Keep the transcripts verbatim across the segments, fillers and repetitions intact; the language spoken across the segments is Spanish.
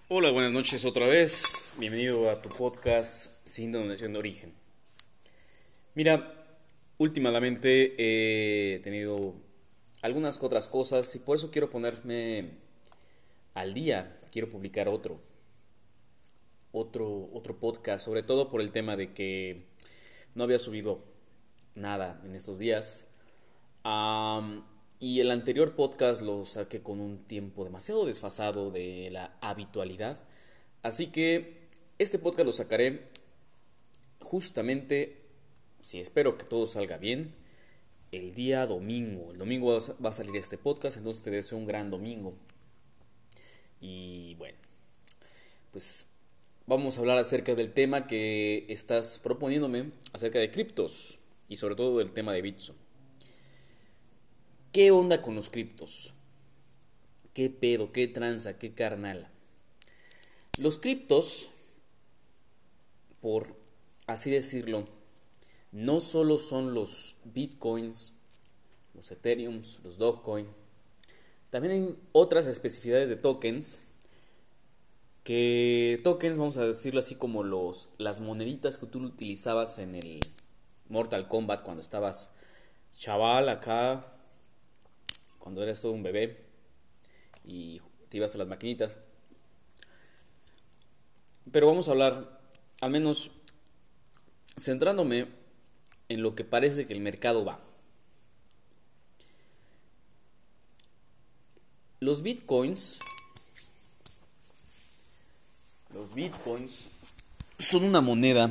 Hola, buenas noches otra vez. Bienvenido a tu podcast Sin Denominación de Origen. Mira, últimamente he tenido algunas otras cosas y por eso quiero ponerme al día. Quiero publicar otro, otro, otro podcast, sobre todo por el tema de que no había subido nada en estos días. Am, y el anterior podcast lo saqué con un tiempo demasiado desfasado de la habitualidad. Así que este podcast lo sacaré justamente, si espero que todo salga bien, el día domingo. El domingo va a va a salir este podcast, entonces te deseo un gran domingo. Y bueno, pues vamos a hablar acerca del tema que estás proponiéndome, acerca de criptos y sobre todo del tema de Bitso. ¿Qué onda con los criptos? ¿Qué pedo? ¿Qué tranza? ¿Qué carnala? Los criptos, por así decirlo, no solo son los bitcoins, los ethereums, los dogecoin. También hay otras especificidades de tokens, que tokens, vamos a decirlo así, como los, las moneditas que tú utilizabas en el Mortal Kombat cuando estabas chaval acá, cuando eras todo un bebé y te ibas a las maquinitas. Pero vamos a hablar, al menos centrándome en lo que parece que el mercado va. Los bitcoins, los bitcoins son una moneda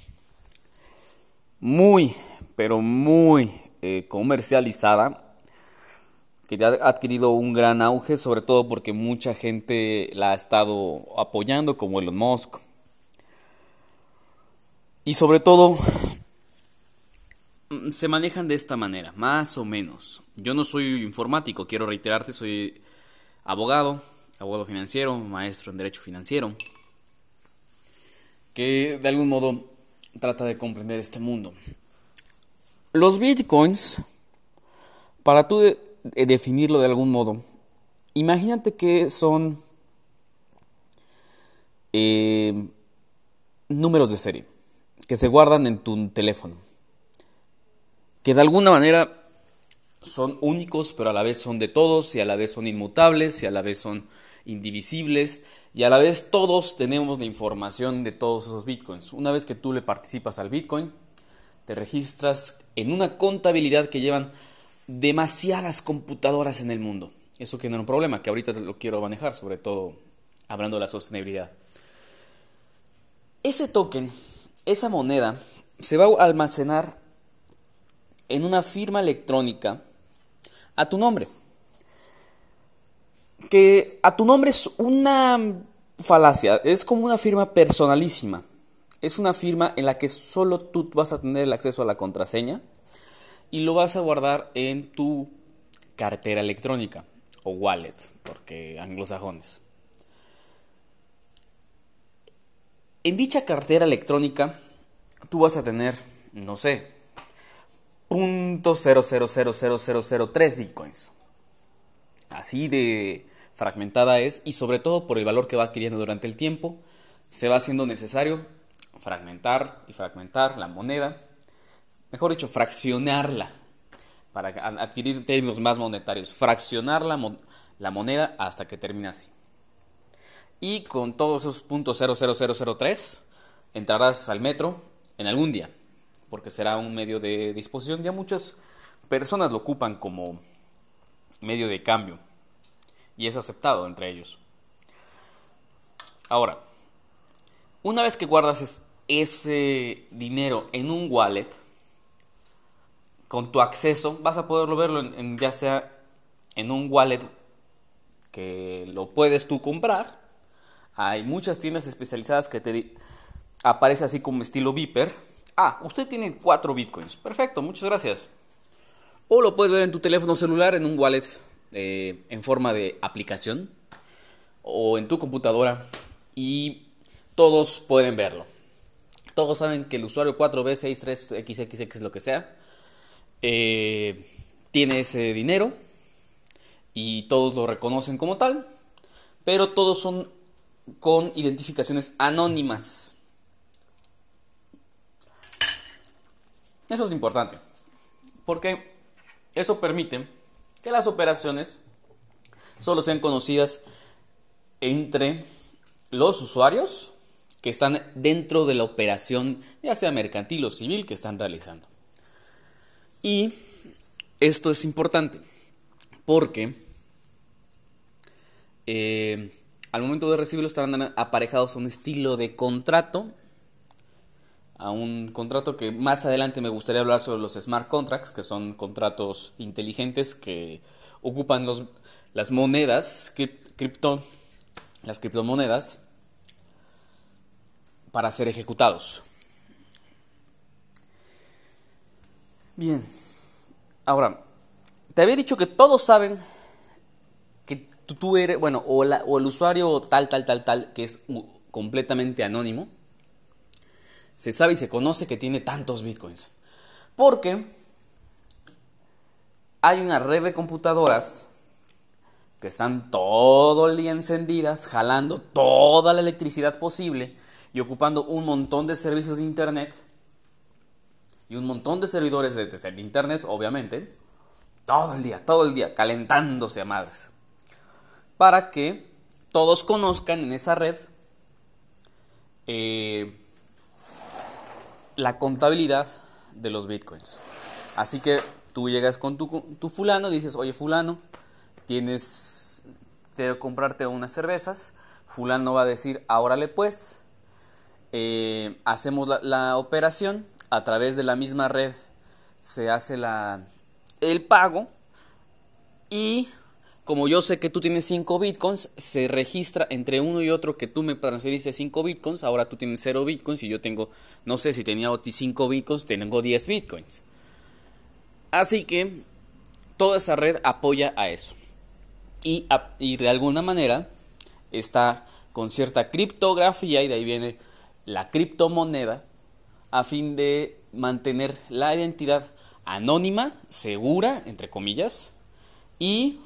muy, pero muy eh, comercializada, que ya ha adquirido un gran auge, sobre todo porque mucha gente la ha estado apoyando, como Elon Musk. Y sobre todo, mm, se manejan de esta manera, más o menos. Yo no soy informático, quiero reiterarte, soy abogado, abogado financiero, maestro en derecho financiero, que de algún modo trata de comprender este mundo. Los bitcoins, para tú de- de definirlo de algún modo, imagínate que son eh, números de serie que se guardan en tu teléfono, que de alguna manera son únicos, pero a la vez son de todos, y a la vez son inmutables, y a la vez son indivisibles, y a la vez todos tenemos la información de todos esos bitcoins. Una vez que tú le participas al bitcoin, te registras en una contabilidad que llevan demasiadas computadoras en el mundo. Eso que no es un problema, que ahorita lo quiero manejar, sobre todo hablando de la sostenibilidad. Ese token, esa moneda, se va a almacenar en una firma electrónica a tu nombre. Que a tu nombre es una falacia, es como una firma personalísima. Es una firma en la que solo tú vas a tener el acceso a la contraseña y lo vas a guardar en tu cartera electrónica o wallet, porque anglosajones. En dicha cartera electrónica tú vas a tener, no sé, punto cero cero cero cero cero cero tres bitcoins. Así de fragmentada es, y sobre todo por el valor que va adquiriendo durante el tiempo, se va haciendo necesario fragmentar y fragmentar la moneda, mejor dicho, fraccionarla para adquirir términos más monetarios, fraccionar la, mon la moneda hasta que termine así. Y con todos esos puntos cero cero cero cero tres entrarás al metro en algún día, porque será un medio de disposición. Ya muchas personas lo ocupan como medio de cambio y es aceptado entre ellos. Ahora, una vez que guardas es, ese dinero en un wallet, con tu acceso vas a poderlo verlo en, en, ya sea en un wallet que lo puedes tú comprar. Hay muchas tiendas especializadas que te aparece así como estilo Viper. Ah, usted tiene cuatro bitcoins. Perfecto, muchas gracias. O lo puedes ver en tu teléfono celular en un wallet eh, en forma de aplicación o en tu computadora y todos pueden verlo. Todos saben que el usuario cuatro b seis tres x x x lo que sea eh, tiene ese dinero y todos lo reconocen como tal, pero todos son con identificaciones anónimas. Eso es importante, porque eso permite que las operaciones solo sean conocidas entre los usuarios que están dentro de la operación, ya sea mercantil o civil, que están realizando. Y esto es importante porque eh, al momento de recibirlo estarán aparejados a un estilo de contrato, a un contrato que más adelante me gustaría hablar sobre los smart contracts, que son contratos inteligentes que ocupan los, las monedas, cripto, las criptomonedas, para ser ejecutados. Bien, ahora, te había dicho que todos saben que tú eres, bueno, o, la, o el usuario tal, tal, tal, tal, que es uh, completamente anónimo, se sabe y se conoce que tiene tantos bitcoins. Porque hay una red de computadoras que están todo el día encendidas, jalando toda la electricidad posible y ocupando un montón de servicios de internet y un montón de servidores de, de, de internet, obviamente, todo el día, todo el día, calentándose a madres, para que todos conozcan en esa red eh, la contabilidad de los bitcoins. Así que tú llegas con tu, tu fulano y dices, oye fulano, tienes que comprarte unas cervezas. Fulano va a decir, órale pues, eh, hacemos la, la operación, a través de la misma red se hace la, el pago, y como yo sé que tú tienes cinco bitcoins, se registra entre uno y otro que tú me transferiste cinco bitcoins, ahora tú tienes cero bitcoins y yo tengo, no sé si tenía cinco bitcoins, tengo diez bitcoins. Así que toda esa red apoya a eso. Y, a, y de alguna manera está con cierta criptografía, y de ahí viene la criptomoneda, a fin de mantener la identidad anónima, segura, entre comillas, y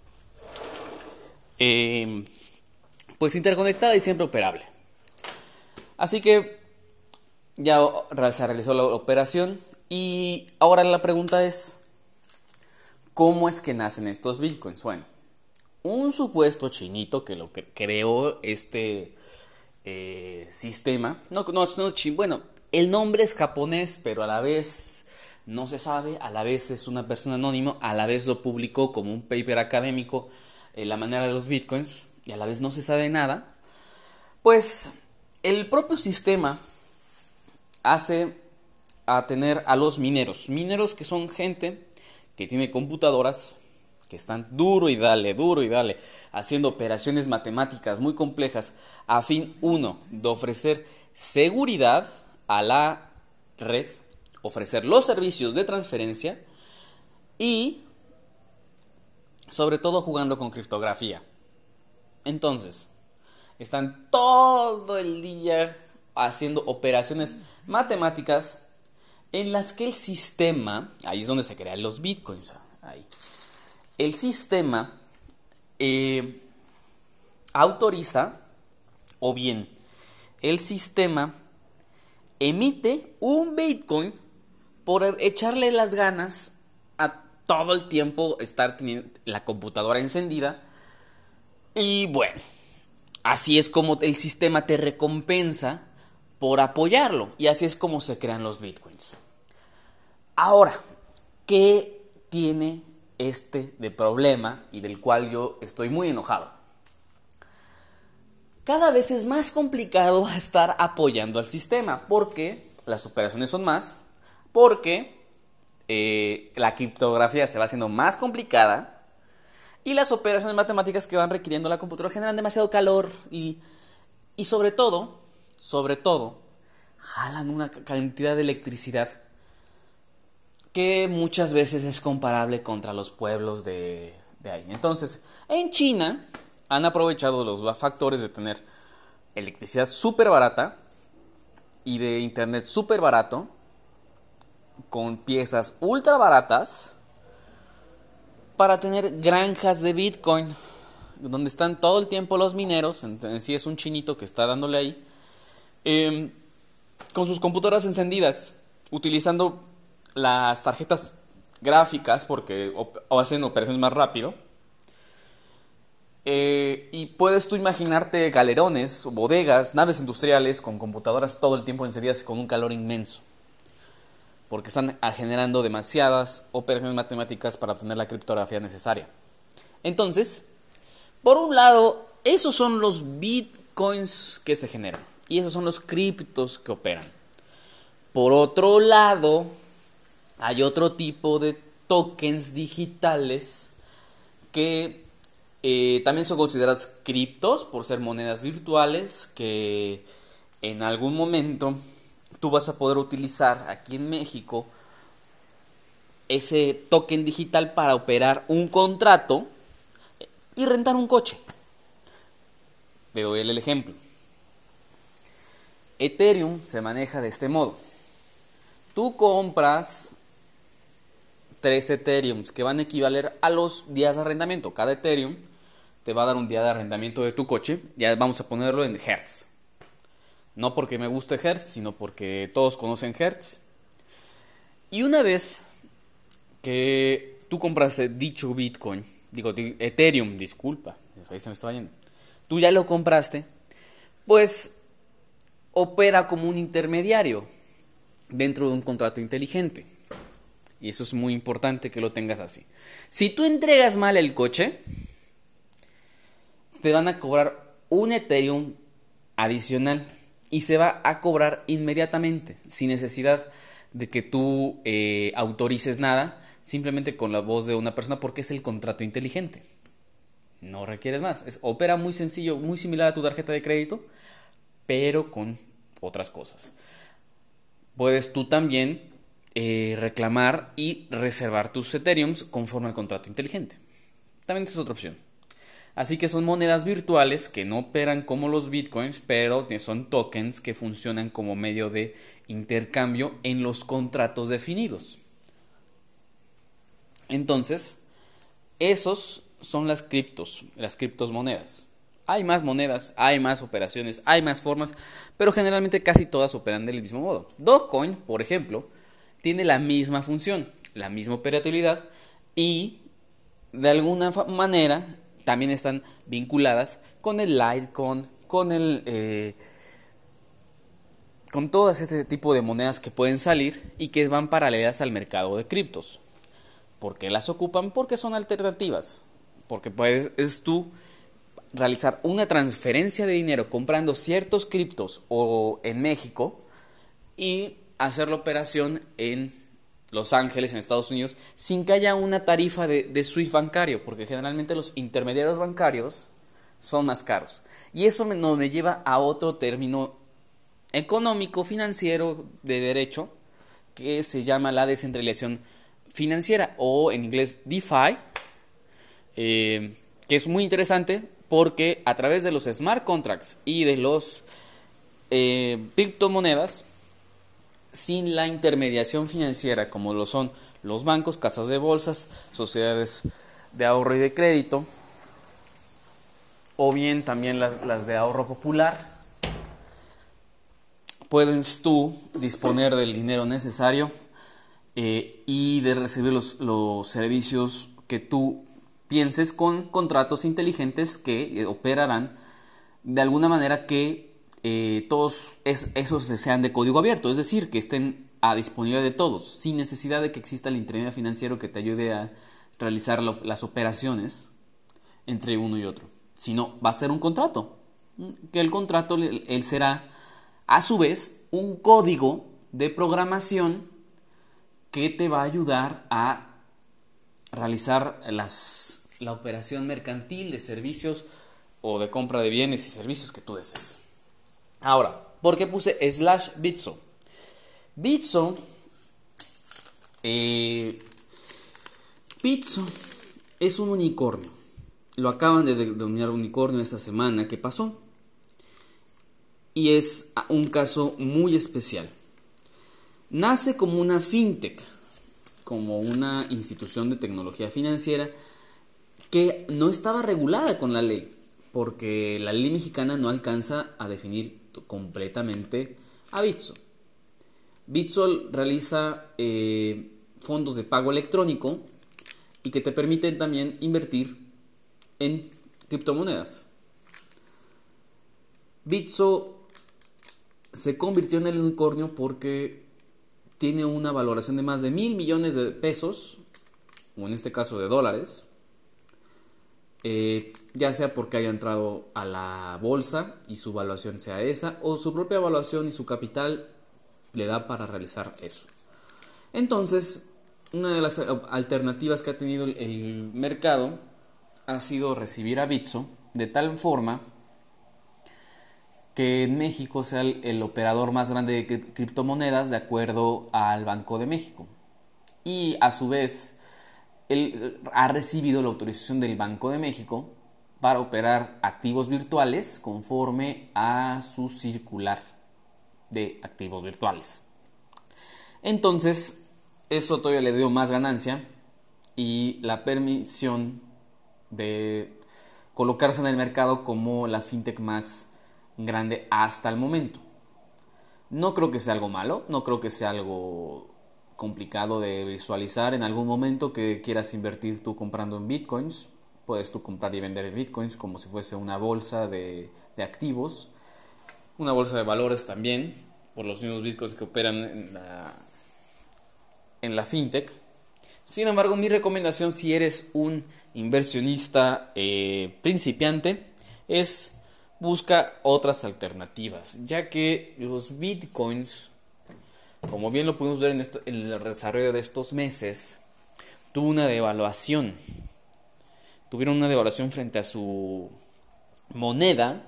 eh, pues interconectada y siempre operable. Así que ya se realizó la operación, y ahora la pregunta es, ¿cómo es que nacen estos bitcoins? Bueno, un supuesto chinito que lo que creó este eh, sistema, no, no, no chin, bueno, el nombre es japonés, pero a la vez no se sabe, a la vez es una persona anónima, a la vez lo publicó como un paper académico, eh, la manera de los bitcoins, y a la vez no se sabe nada. Pues el propio sistema hace a tener a los mineros, mineros que son gente que tiene computadoras que están duro y dale, duro y dale, haciendo operaciones matemáticas muy complejas a fin, uno, de ofrecer seguridad a la red, ofrecer los servicios de transferencia y, sobre todo, jugando con criptografía. Entonces, están todo el día haciendo operaciones matemáticas en las que el sistema, ahí es donde se crean los bitcoins, ahí. El sistema eh, autoriza, o bien el sistema emite un bitcoin por echarle las ganas a todo el tiempo estar teniendo la computadora encendida. Y bueno, así es como el sistema te recompensa por apoyarlo, y así es como se crean los bitcoins. Ahora, ¿qué tiene este de problema y del cual yo estoy muy enojado? Cada vez es más complicado estar apoyando al sistema, porque las operaciones son más, porque eh, la criptografía se va haciendo más complicada, y las operaciones matemáticas que van requiriendo la computadora generan demasiado calor, y, y sobre todo, sobre todo, jalan una cantidad de electricidad que muchas veces es comparable contra los pueblos de, de ahí. Entonces, en China han aprovechado los factores de tener electricidad súper barata y de internet súper barato, con piezas ultra baratas, para tener granjas de Bitcoin. donde están todo el tiempo los mineros, en, en sí es un chinito que está dándole ahí, eh, con sus computadoras encendidas, utilizando las tarjetas gráficas porque op- o hacen operaciones más rápido. Eh, y puedes tú imaginarte galerones, bodegas, naves industriales con computadoras todo el tiempo encendidas con un calor inmenso, porque están ah, generando demasiadas operaciones matemáticas para obtener la criptografía necesaria. Entonces, por un lado, esos son los bitcoins que se generan y esos son los criptos que operan. Por otro lado, hay otro tipo de tokens digitales que eh, también son consideradas criptos por ser monedas virtuales que en algún momento tú vas a poder utilizar aquí en México ese token digital para operar un contrato y rentar un coche. Te doy el ejemplo. Ethereum se maneja de este modo. Tú compras tres Ethereums que van a equivaler a los días de arrendamiento. Cada Ethereum te va a dar un día de arrendamiento de tu coche. Ya vamos a ponerlo en Hertz. No porque me guste Hertz, sino porque todos conocen Hertz. Y una vez que tú compraste dicho Bitcoin, digo Ethereum, disculpa, ahí se me estaba yendo. Tú ya lo compraste, pues opera como un intermediario dentro de un contrato inteligente. Y eso es muy importante que lo tengas así. Si tú entregas mal el coche, te van a cobrar un Ethereum adicional y se va a cobrar inmediatamente, sin necesidad de que tú eh, autorices nada, simplemente con la voz de una persona, porque es el contrato inteligente. No requieres más. Es, opera muy sencillo, muy similar a tu tarjeta de crédito, pero con otras cosas. Puedes tú también eh, reclamar y reservar tus Ethereums conforme al contrato inteligente. También es otra opción. Así que son monedas virtuales que no operan como los bitcoins, pero son tokens que funcionan como medio de intercambio en los contratos definidos. Entonces, esos son las criptos, las criptomonedas. Hay más monedas, hay más operaciones, hay más formas, pero generalmente casi todas operan del mismo modo. Dogecoin, por ejemplo, tiene la misma función, la misma operatividad y de alguna manera también están vinculadas con el Litecoin, con el eh, con todo este tipo de monedas que pueden salir y que van paralelas al mercado de criptos. ¿Por qué las ocupan? Porque son alternativas. Porque puedes tú realizar una transferencia de dinero comprando ciertos criptos o en México y hacer la operación en Los Ángeles, en Estados Unidos, sin que haya una tarifa de, de SWIFT bancario, porque generalmente los intermediarios bancarios son más caros. Y eso me, nos me lleva a otro término económico, financiero, de derecho, que se llama la descentralización financiera, o en inglés DeFi, eh, que es muy interesante porque a través de los smart contracts y de los eh, criptomonedas, sin la intermediación financiera como lo son los bancos, casas de bolsas, sociedades de ahorro y de crédito, o bien también las, las de ahorro popular, puedes tú disponer del dinero necesario eh, y de recibir los, los servicios que tú pienses con contratos inteligentes que eh, operarán de alguna manera que eh, todos es, esos sean de código abierto, es decir, que estén a disponibilidad de todos, sin necesidad de que exista el intermediario financiero que te ayude a realizar lo, las operaciones entre uno y otro, sino va a ser un contrato, que el contrato él será a su vez un código de programación que te va a ayudar a realizar las, la operación mercantil de servicios o de compra de bienes y servicios que tú desees. Ahora, ¿por qué puse slash Bitso? Bitso, eh, Bitso es un unicornio. Lo acaban de denominar unicornio esta semana que pasó. Y es un caso muy especial. Nace como una fintech, como una institución de tecnología financiera que no estaba regulada con la ley, porque la ley mexicana no alcanza a definir completamente a Bitso. Bitso realiza eh, fondos de pago electrónico y que te permiten también invertir en criptomonedas. Bitso se convirtió en el unicornio porque tiene una valoración de más de mil millones de pesos, o en este caso de dólares, eh, ya sea porque haya entrado a la bolsa y su valuación sea esa, o su propia valuación y su capital le da para realizar eso. Entonces, una de las alternativas que ha tenido el mercado ha sido recibir a Bitso de tal forma que en México sea el, el operador más grande de cri- criptomonedas de acuerdo al Banco de México. Y a su vez, él ha recibido la autorización del Banco de México para operar activos virtuales conforme a su circular de activos virtuales. Entonces, eso todavía le dio más ganancia y la permisión de colocarse en el mercado como la fintech más grande hasta el momento. No creo que sea algo malo, no creo que sea algo complicado de visualizar. En algún momento que quieras invertir tú comprando en bitcoins, puedes tú comprar y vender en bitcoins como si fuese una bolsa de, de activos, una bolsa de valores también, por los mismos bitcoins que operan en la, en la fintech. Sin embargo, mi recomendación si eres un inversionista eh, principiante es busca otras alternativas, ya que los bitcoins, como bien lo pudimos ver en, esto, en el desarrollo de estos meses, tuvo una devaluación. Tuvieron una devaluación frente a su moneda,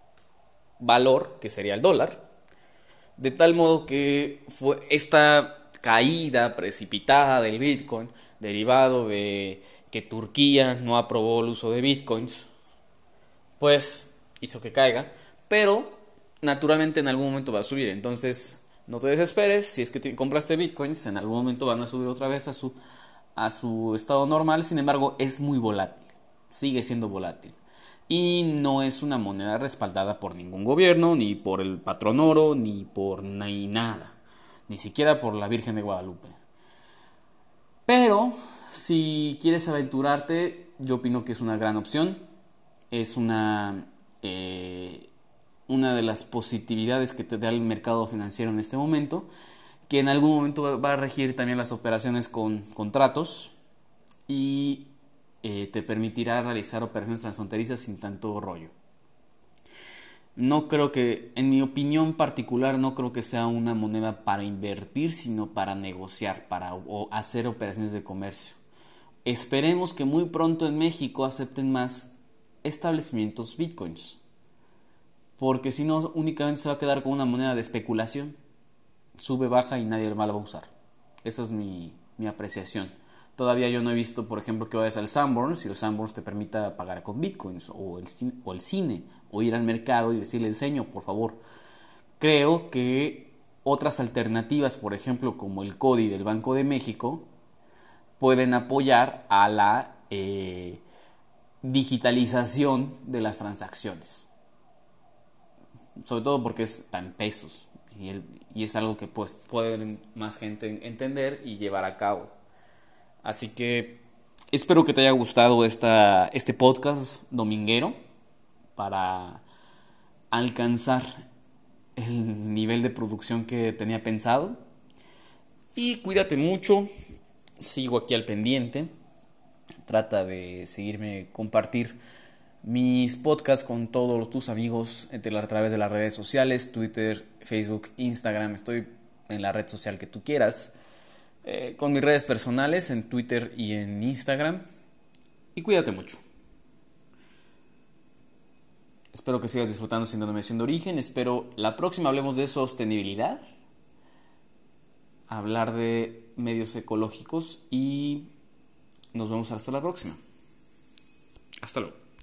valor, que sería el dólar, de tal modo que fue esta caída precipitada del Bitcoin, derivado de que Turquía no aprobó el uso de Bitcoins, pues hizo que caiga, pero naturalmente en algún momento va a subir. Entonces no te desesperes, si es que te compraste Bitcoins, en algún momento van a subir otra vez a su, a su estado normal. Sin embargo, es muy volátil, sigue siendo volátil. Y no es una moneda respaldada por ningún gobierno, ni por el patrón oro, ni por ni nada, ni siquiera por la Virgen de Guadalupe. Pero si quieres aventurarte, yo opino que es una gran opción. Es una, eh, una de las positividades que te da el mercado financiero en este momento, que en algún momento va a regir también las operaciones con contratos y eh, te permitirá realizar operaciones transfronterizas sin tanto rollo. No creo que, en mi opinión particular, no creo que sea una moneda para invertir, sino para negociar, para o hacer operaciones de comercio. Esperemos que muy pronto en México acepten más establecimientos bitcoins, porque si no únicamente se va a quedar con una moneda de especulación, sube, baja y nadie la va a usar. Esa es mi, mi apreciación. Todavía yo no he visto, por ejemplo, que vayas al Sanborns y el Sanborns te permita pagar con bitcoins, o el, o el cine, o ir al mercado y decirle, enseño, por favor. Creo que otras alternativas, por ejemplo, como el CODI del Banco de México, pueden apoyar a la eh, digitalización de las transacciones. Sobre todo porque está en pesos y, el, y es algo que pues puede más gente entender y llevar a cabo. Así que espero que te haya gustado esta, este podcast dominguero para alcanzar el nivel de producción que tenía pensado. Y cuídate mucho, sigo aquí al pendiente. Trata de seguirme, compartir mis podcasts con todos tus amigos a través de las redes sociales, Twitter, Facebook, Instagram. Estoy en la red social que tú quieras. Eh, con mis redes personales en Twitter y en Instagram. Y cuídate mucho. Espero que sigas disfrutando sin denominación de origen. Espero la próxima hablemos de sostenibilidad. Hablar de medios ecológicos y nos vemos hasta la próxima. Hasta luego.